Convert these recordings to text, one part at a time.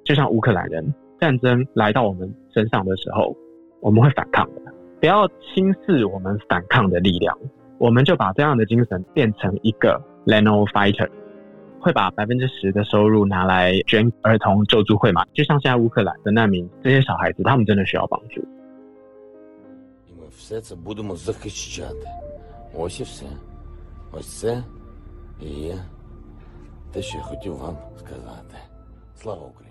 就像乌克兰人，战争来到我们身上的时候，我们会反抗的。不要轻视我们反抗的力量，我们就把这样的精神变成一个 Leno Fighter， 会把 10% 的收入拿来捐儿童救助会嘛，就像现在乌克兰的难民，这些小孩子他们真的需要帮助。 Ми все це будемо захищати. Ось і все. Ось це і є те, що я хотів вам сказати. Слава Україні!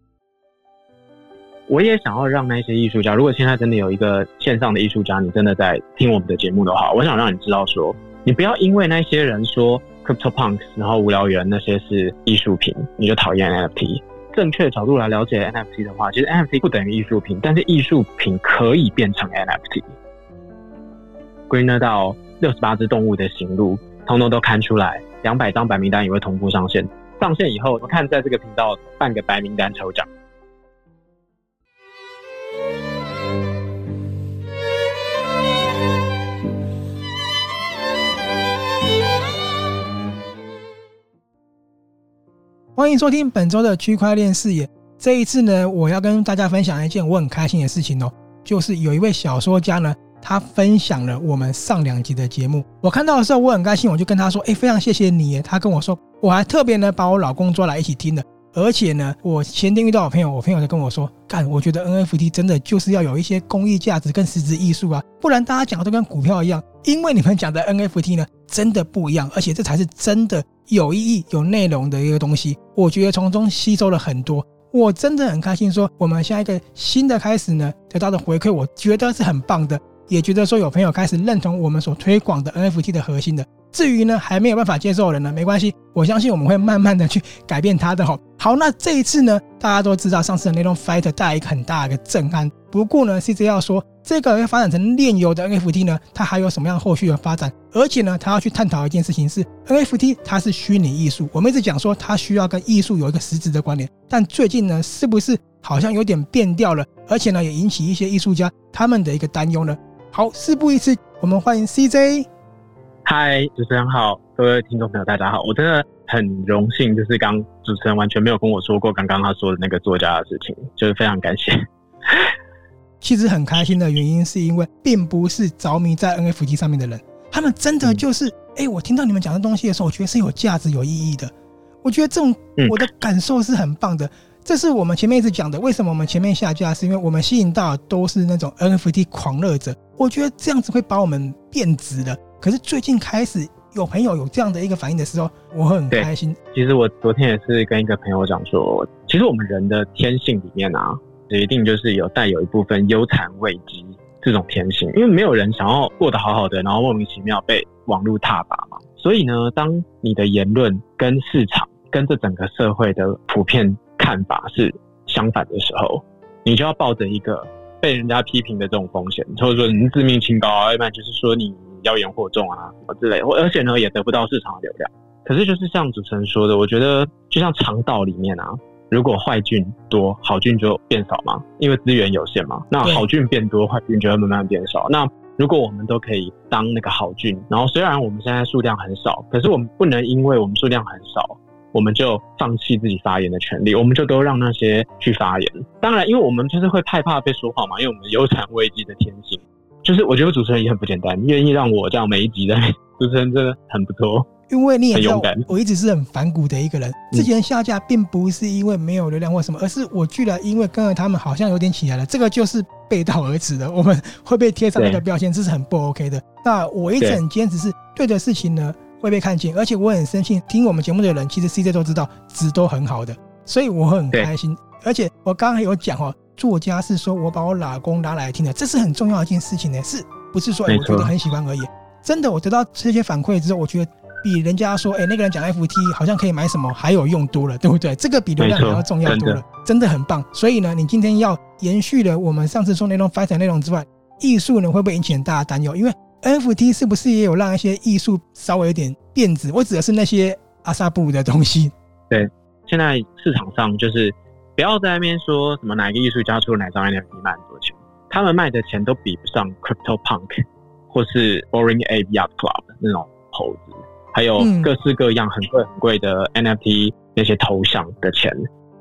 我也想要让那些艺术家，如果现在真的有一个线上的艺术家，你真的在听我们的节目的话，我想让你知道说，你不要因为那些人说 CryptoPunks 然后无聊猿那些是艺术品，你就讨厌 NFT。正确的角度来了解 NFT 的话，其实 NFT 不等于艺术品，但是艺术品可以变成 NFT。Greener 到68只动物的行路，通通都看出来，200张白名单也会同步上线。上线以后，我看在这个频道办个白名单抽奖。 欢迎收听本周的区块链视野。这一次呢，我要跟大家分享一件我很开心的事情哦，就是有一位小说家呢，他分享了我们上2集的节目。我看到的时候我很开心，我就跟他说非常谢谢你耶。他跟我说，我还特别呢把我老公抓来一起听的。而且呢，我前天遇到我朋友就跟我说，干，我觉得 NFT 真的就是要有一些公益价值跟实质艺术啊，不然大家讲的都跟股票一样。因为你们讲的 NFT 呢真的不一样，而且这才是真的有意义有内容的一个东西，我觉得从中吸收了很多。我真的很开心说我们下一个新的开始呢得到的回馈，我觉得是很棒的，也觉得说有朋友开始认同我们所推广的 NFT 的核心的。至于呢还没有办法接受的人呢，没关系，我相信我们会慢慢的去改变它的。好，那这一次呢，大家都知道上次的那种 Fighter 带来一个很大的一个震撼，不过呢 CJ 要说这个会发展成链游的 NFT 呢，它还有什么样后续的发展，而且呢他要去探讨一件事情是 NFT 它是虚拟艺术，我们一直讲说它需要跟艺术有一个实质的关联，但最近呢是不是好像有点变掉了，而且呢也引起一些艺术家他们的一个担忧呢。好，事不宜迟，我们欢迎 CJ。 嗨，主持人好，各位听众朋友大家好，我真的很荣幸，就是刚主持人完全没有跟我说过刚刚他说的那个作家的事情，就是非常感谢。 其实很开心的原因是因为并不是着迷在 NFT 上面的人，他们真的就是我听到你们讲的东西的时候，我觉得是有价值有意义的，我觉得这种我的感受是很棒的。这是我们前面一直讲的，为什么我们前面下架，是因为我们吸引到的都是那种 NFT 狂热者，我觉得这样子会把我们变质了。可是最近开始有朋友有这样的一个反应的时候，我很开心。 其实我昨天也是跟一个朋友讲说，其实我们人的天性里面啊，一定就是带有一部分忧残慰藉这种天性，因为没有人想要过得好好的，然后莫名其妙被网络挞伐嘛。所以呢，当你的言论跟市场跟这整个社会的普遍看法是相反的时候，你就要抱着一个被人家批评的这种风险，或者说你自命清高啊，要不然就是说你妖言惑众啊什么之类的，而且呢也得不到市场的流量。可是就是像主持人说的，我觉得就像肠道里面啊，如果坏菌多，好菌就变少嘛，因为资源有限嘛，那好菌变多，坏菌就会慢慢变少。那如果我们都可以当那个好菌，然后虽然我们现在数量很少，可是我们不能因为我们数量很少我们就放弃自己发言的权利，我们就都让那些去发言。当然因为我们就是会害怕被说话嘛，因为我们忧残慰藉的天性。就是我觉得主持人也很不简单，愿意让我这样每一集的主持人真的很不错， 因为你也知道我一直是很反骨的一个人，之前下架并不是因为没有流量或什么，而是我居然因为跟着他们好像有点起来了，这个就是背道而驰的，我们会被贴上那个标签，这是很不 OK 的。那我一直很坚持是对的事情呢会被看见，而且我很深信听我们节目的人其实 CJ 都知道值都很好的，所以我很开心。而且我刚刚有讲作家是说我把我老公拉来听的，这是很重要的一件事情呢，是不是说我觉得很喜欢而已。真的我得到这些反馈之后，我觉得比人家说那个人讲 FT 好像可以买什么还有用多了，对不对？这个比流量还要重要多了，真的很棒。所以呢，你今天要延续了我们上次说那种 Fighter 内容之外，艺术呢会不会引起很大的担忧？因为 NFT 是不是也有让一些艺术稍微有点变质？我指的是那些阿萨布的东西。 对，现在市场上就是不要在那边说什么哪一个艺术家出了哪张 NFT 卖很多钱，他们卖的钱都比不上 CryptoPunk 或是 Boring Ape Yacht Club 那种猴子，还有各式各样很贵很贵的 NFT 那些头像的钱。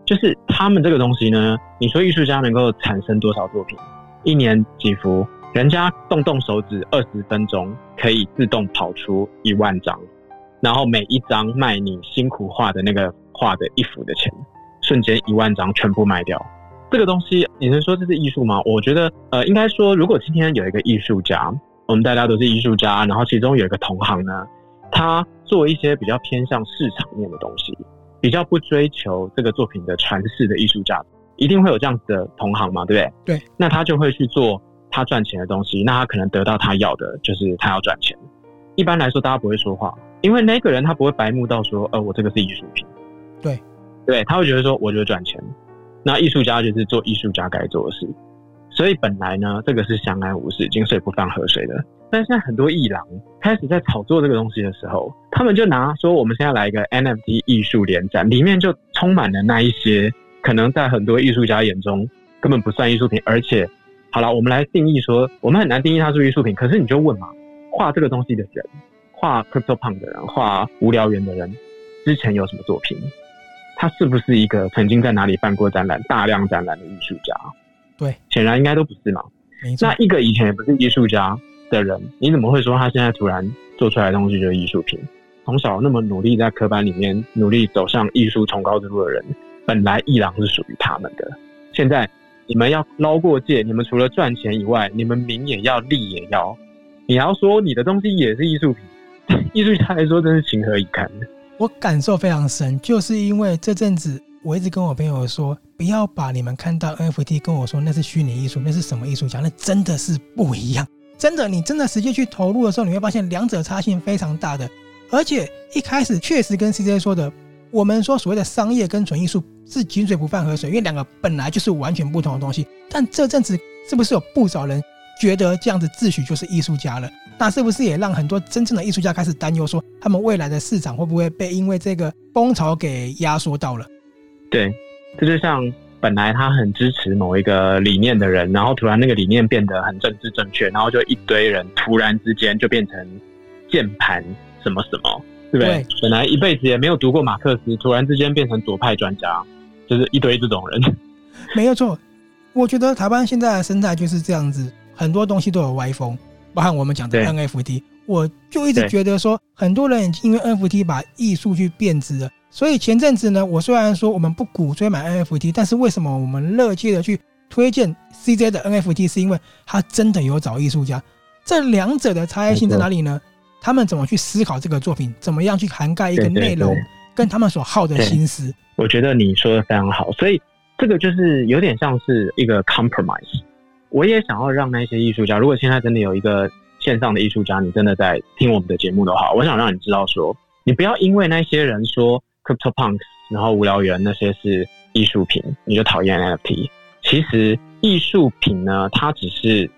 就是他们这个东西呢，你说艺术家能够产生多少作品，一年几幅，人家动手指20分钟可以自动跑出1万张，然后每一张卖你辛苦画的那个画的1幅的钱，瞬间1万张全部卖掉。这个东西你能说这是艺术吗？我觉得应该说，如果今天有一个艺术家，我们大家都是艺术家，然后其中有一个同行呢，他做一些比较偏向市场面的东西，比较不追求这个作品的传世的艺术家，一定会有这样子的同行嘛，对不对？ 对。 那他就会去做他赚钱的东西，那他可能得到他要的，就是他要赚钱。一般来说大家不会说话，因为那个人他不会白目到说我这个是艺术品。对，他会觉得说我觉得赚钱。那艺术家就是做艺术家该做的事，所以本来呢，这个是相安无事、井水不犯河水的。但现在很多艺廊开始在炒作这个东西的时候，他们就拿说我们现在来一个 NFT 艺术联展，里面就充满了那一些可能在很多艺术家眼中根本不算艺术品，而且好了，我们来定义说，我们很难定义它是艺术品。可是你就问嘛，画这个东西的人，画 CryptoPunk 的人，画无聊猿的人，之前有什么作品？他是不是一个曾经在哪里办过展览、大量展览的艺术家？ 对， 显然应该都不是嘛。 没错。 那一个以前也不是艺术家的人，你怎么会说他现在突然做出来的东西就是艺术品？从小那么努力在科班里面努力走上艺术崇高之路的人，本来艺廊是属于他们的。现在你们要捞过界，你们除了赚钱以外，你们名也要，利也要。你要说你的东西也是艺术品，艺术家来说真是情何以堪的。 我感受非常深，就是因为这阵子我一直跟我朋友说，不要把你们看到 NFT 跟我说那是虚拟艺术，那是什么艺术家，那真的是不一样。真的，你真的实际去投入的时候，你会发现两者差性非常大的。而且一开始确实跟 CJ 说的，我们说所谓的商业跟纯艺术是井水不犯河水，因为两个本来就是完全不同的东西。但这阵子是不是有不少人觉得这样子自诩就是艺术家了？那是不是也让很多真正的艺术家开始担忧说，他们未来的市场会不会被因为这个风潮给压缩到了？ 对，这就像本来他很支持某一个理念的人，然后突然那个理念变得很政治正确，然后就一堆人突然之间就变成键盘什么什么，对不对？本来一辈子也没有读过马克思，突然之间变成左派专家，就是一堆这种人。 没有错，我觉得台湾现在的生态就是这样子，很多东西都有歪风，包含我们讲的 NFT， 我就一直觉得说，很多人已经因为 NFT 把艺术去变质了。所以前阵子呢，我虽然说我们不鼓吹买 NFT， 但是为什么我们热切的去推荐 CJ 的 NFT， 是因为他真的有找艺术家。这两者的差异性在哪里呢？他们怎么去思考这个作品，怎么样去涵盖一个内容，跟他们所耗的心思。 我觉得你说的非常好，所以这个就是有点像是一个 compromise。我也想要让那些艺术家，如果现在真的有一个线上的艺术家，你真的在听我们的节目的话，我想让你知道说，你不要因为那些人说 CryptoPunks 然后无聊猿那些是艺术品，你就讨厌 NFT。其实艺术品呢，它只是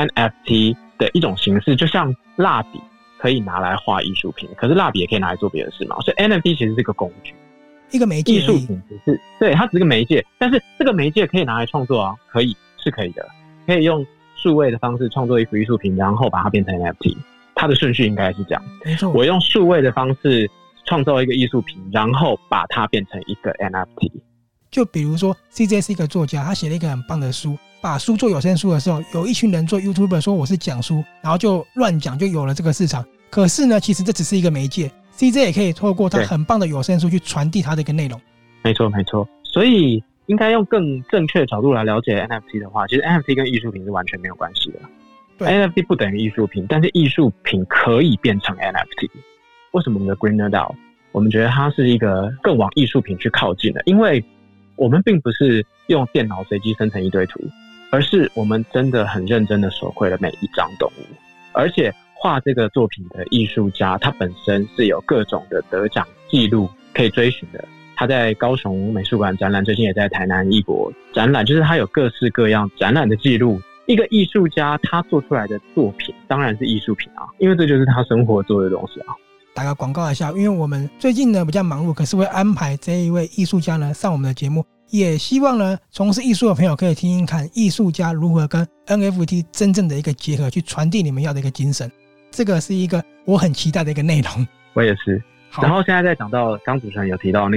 NFT 的一种形式，就像蜡笔可以拿来画艺术品，可是蜡笔也可以拿来做别的事嘛。所以 NFT 其实是个工具， 一个媒介。 艺术品只是对，它只是个媒介，但是这个媒介可以拿来创作啊，可以是可以的，可以用数位的方式创作一幅艺术品，然后把它变成 NFT。它的顺序应该是这样， 没错。 我用数位的方式创造一个艺术品，然后把它变成一个 NFT。 就比如说 CJ 是一个作家，他写了一个很棒的书，把书做有声书的时候，有一群人做 YouTuber 说我是讲书，然后就乱讲，就有了这个市场。可是呢，其实这只是一个媒介， CJ 也可以透过他很棒的有声书去传递他的一个内容。 没错没错，所以应该用更正确的角度来了解 NFT 的话，其实 NFT 跟艺术品是完全没有关系的。对， NFT 不等于艺术品，但是艺术品可以变成 NFT。 为什么我们的 Greener DAO 我们觉得它是一个更往艺术品去靠近的？因为我们并不是用电脑随机生成一堆图，而是我们真的很认真的手绘了每一张动物，而且画这个作品的艺术家他本身是有各种的得奖记录可以追寻的。他在高雄美术馆展览，最近也在台南艺博展览，就是他有各式各样展览的记录。一个艺术家他做出来的作品当然是艺术品啊，因为这就是他生活做的东西啊。 打个广告一下，因为我们最近呢比较忙碌，可是会安排这一位艺术家呢上我们的节目，也希望呢从事艺术的朋友可以听听看艺术家如何跟 NFT 真正的一个结合，去传递你们要的一个精神。这个是一个我很期待的一个内容。 我也是。然后现在在讲到刚主持人有提到那个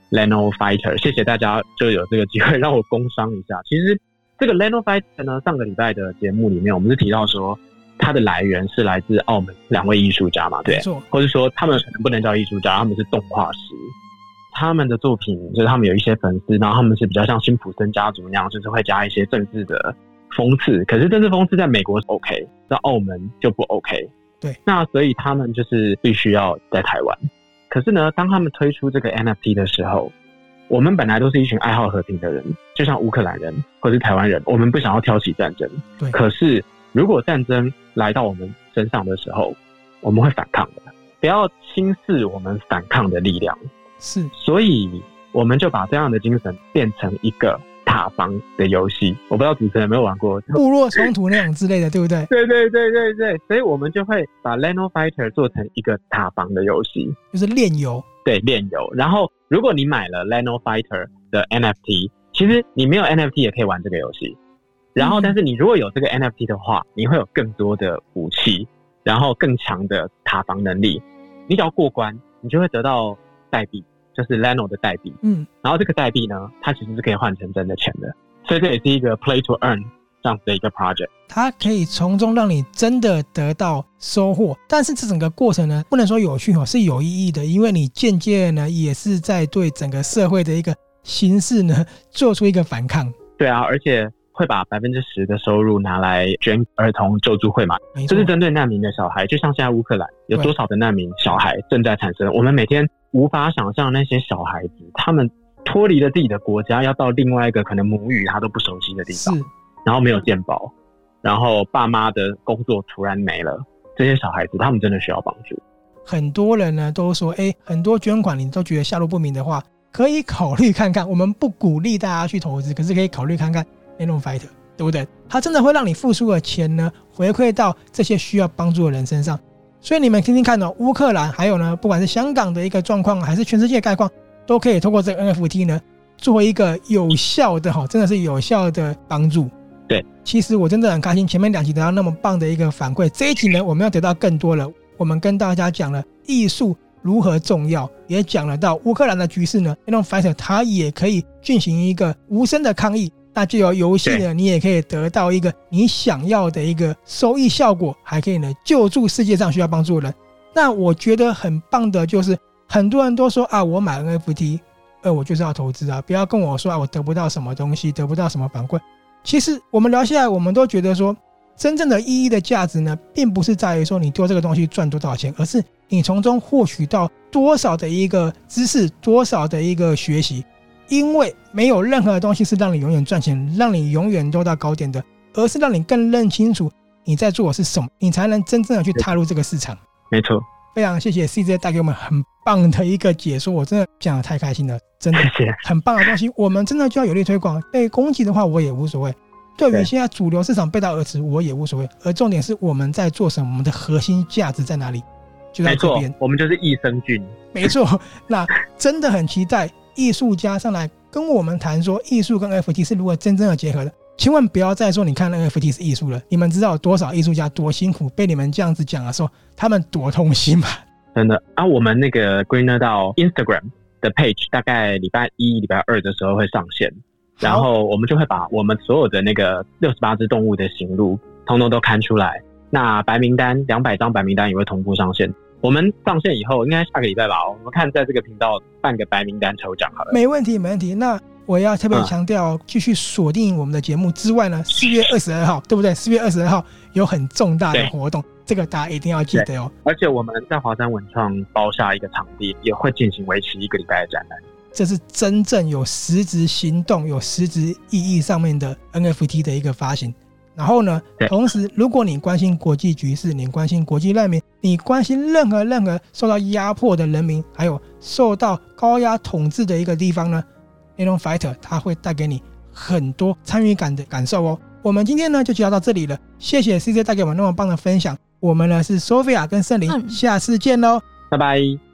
Leno Fighter， 谢谢大家就有这个机会让我工商一下。其实这个 Leno Fighter 呢，上个礼拜的节目里面我们是提到说它的来源是来自澳门2位艺术家嘛，对，或者说他们可能不能叫艺术家，他们是动画师。他们的作品就是他们有一些粉丝，然后他们是比较像辛普森家族那样，就是会加一些政治的讽刺。可是政治讽刺在美国是 OK， 在澳门就不 OK。 对， 那所以他们就是必须要在台湾。可是呢，当他们推出这个 NFT 的时候，我们本来都是一群爱好和平的人，就像乌克兰人或是台湾人，我们不想要挑起战争。 对， 可是如果战争来到我们身上的时候，我们会反抗的，不要轻视我们反抗的力量。 是， 所以我们就把这样的精神变成一个塔防的游戏。我不知道主持人有没有玩过部落冲突那种之类的，对不对？ 对对对对对，所以我们就会把 Leno Fighter 做成一个塔防的游戏， 就是炼油。 对，炼油。然后如果你买了 Leno Fighter 的 NFT， 其实你没有 NFT 也可以玩这个游戏。然后但是你如果有这个 NFT 的话，你会有更多的武器，然后更强的塔防能力。你只要过关，你就会得到代币，就是 Leno 的代币。然后这个代币呢，它其实是可以换成真的钱的，所以这也是一个 play to earn 这样子的一个 project。 它可以从中让你真的得到收获，但是这整个过程呢，不能说有趣，是有意义的，因为你间接呢也是在对整个社会的一个形势呢做出一个反抗。 对啊，而且会把10%的收入拿来捐儿童救助会嘛，这是针对难民的小孩，就像现在乌克兰有多少的难民小孩正在产生，我们每天无法想象那些小孩子他们脱离了自己的国家，要到另外一个可能母语他都不熟悉的地方，然后没有健保，然后爸妈的工作突然没了，这些小孩子他们真的需要帮助。 很多人呢都说很多捐款你都觉得下落不明的话，可以考虑看看，我们不鼓励大家去投资，可是可以考虑看看 Leno Fighter， 对不对？它真的会让你付出的钱呢回馈到这些需要帮助的人身上。所以你们听听看乌克兰还有呢不管是香港的一个状况还是全世界概况，都可以透过这个 NFT 呢做一个有效的真的是有效的帮助。 对， 其实我真的很开心前面2集得到那么棒的一个反馈，这一集呢我们要得到更多了。我们跟大家讲了艺术如何重要，也讲了到乌克兰的局势呢 Leno Fighter 它也可以进行一个无声的抗议，那就有游戏呢你也可以得到一个你想要的一个收益效果，还可以呢救助世界上需要帮助的人。那我觉得很棒的就是很多人都说我买 NFT 我就是要投资不要跟我说我得不到什么东西，得不到什么反馈。其实我们聊下来我们都觉得说真正的意义的价值呢并不是在于说你丢这个东西赚多少钱，而是你从中获取到多少的一个知识，多少的一个学习。因为没有任何东西是让你永远赚钱，让你永远都到高点的，而是让你更认清楚你在做的是什么，你才能真正的去踏入这个市场。 没错， 非常谢谢 CJ 带给我们很棒的一个解说，我真的讲得太开心了，真的很棒的东西，我们真的就要有力推广。被攻击的话我也无所谓，对于现在主流市场背道而驰我也无所谓，而重点是我们在做什么，我们的核心价值在哪里，就在这边。没错， 我们就是益生菌。 没错，那真的很期待艺术家上来跟我们谈说艺术跟 NFT 是如何真正的结合的。千万不要再说你看 NFT 是艺术了，你们知道有多少艺术家多辛苦，被你们这样子讲的时候他们多痛心吗？ 真的我们那个 Greener 到 Instagram 的 page 大概礼拜1礼拜2的时候会上线，然后我们就会把我们所有的那个68只动物的型录通通都看出来，那白名单200张白名单也会同步上线。我们上线以后应该下个礼拜吧，我们看在这个频道办个白名单抽奖好了。没问题没问题。那我要特别强调继续锁定我们的节目之外呢，4月22号对不对？4月22号有很重大的活动，这个大家一定要记得哦。而且我们在华山文创包下一个场地，也会进行为期1个礼拜的展览。这是真正有实质行动有实质意义上面的 NFT 的一个发行。然后呢同时如果你关心国际局势，你关心国际难民，你关心任何受到压迫的人民，还有受到高压统治的一个地方呢，Leno Fighter 它会带给你很多参与感的感受哦。我们今天呢就介绍到这里了，谢谢 CJ 带给我们那么棒的分享。我们呢是 Sophia 跟圣灵，下次见咯，拜拜。